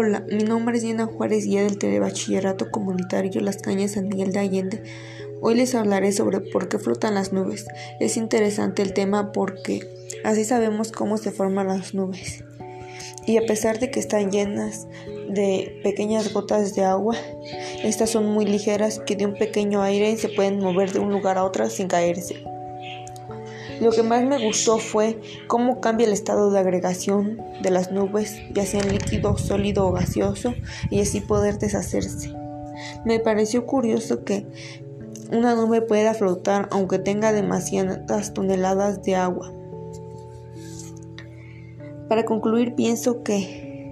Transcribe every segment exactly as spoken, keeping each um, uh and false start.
Hola, mi nombre es Diana Juárez, guía del Telebachillerato Comunitario Las Cañas San Miguel de Allende. Hoy les hablaré sobre por qué flotan las nubes. Es interesante el tema porque así sabemos cómo se forman las nubes. Y a pesar de que están llenas de pequeñas gotas de agua, estas son muy ligeras que de un pequeño aire se pueden mover de un lugar a otro sin caerse. Lo que más me gustó fue cómo cambia el estado de agregación de las nubes, ya sea en líquido, sólido o gaseoso, y así poder deshacerse. Me pareció curioso que una nube pueda flotar aunque tenga demasiadas toneladas de agua. Para concluir, pienso que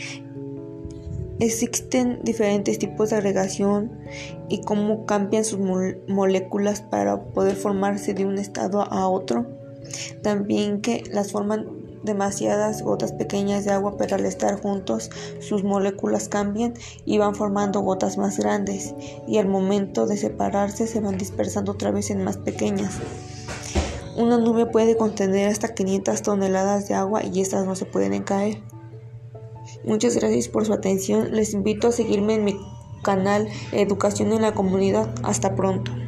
existen diferentes tipos de agregación y cómo cambian sus mol- moléculas para poder formarse de un estado a otro. También que las forman demasiadas gotas pequeñas de agua, pero al estar juntos sus moléculas cambian y van formando gotas más grandes, y al momento de separarse se van dispersando otra vez en más pequeñas. Una nube puede contener hasta quinientas toneladas de agua y estas no se pueden caer. Muchas gracias por su atención. Les invito a seguirme en mi canal Educación en la Comunidad. Hasta pronto.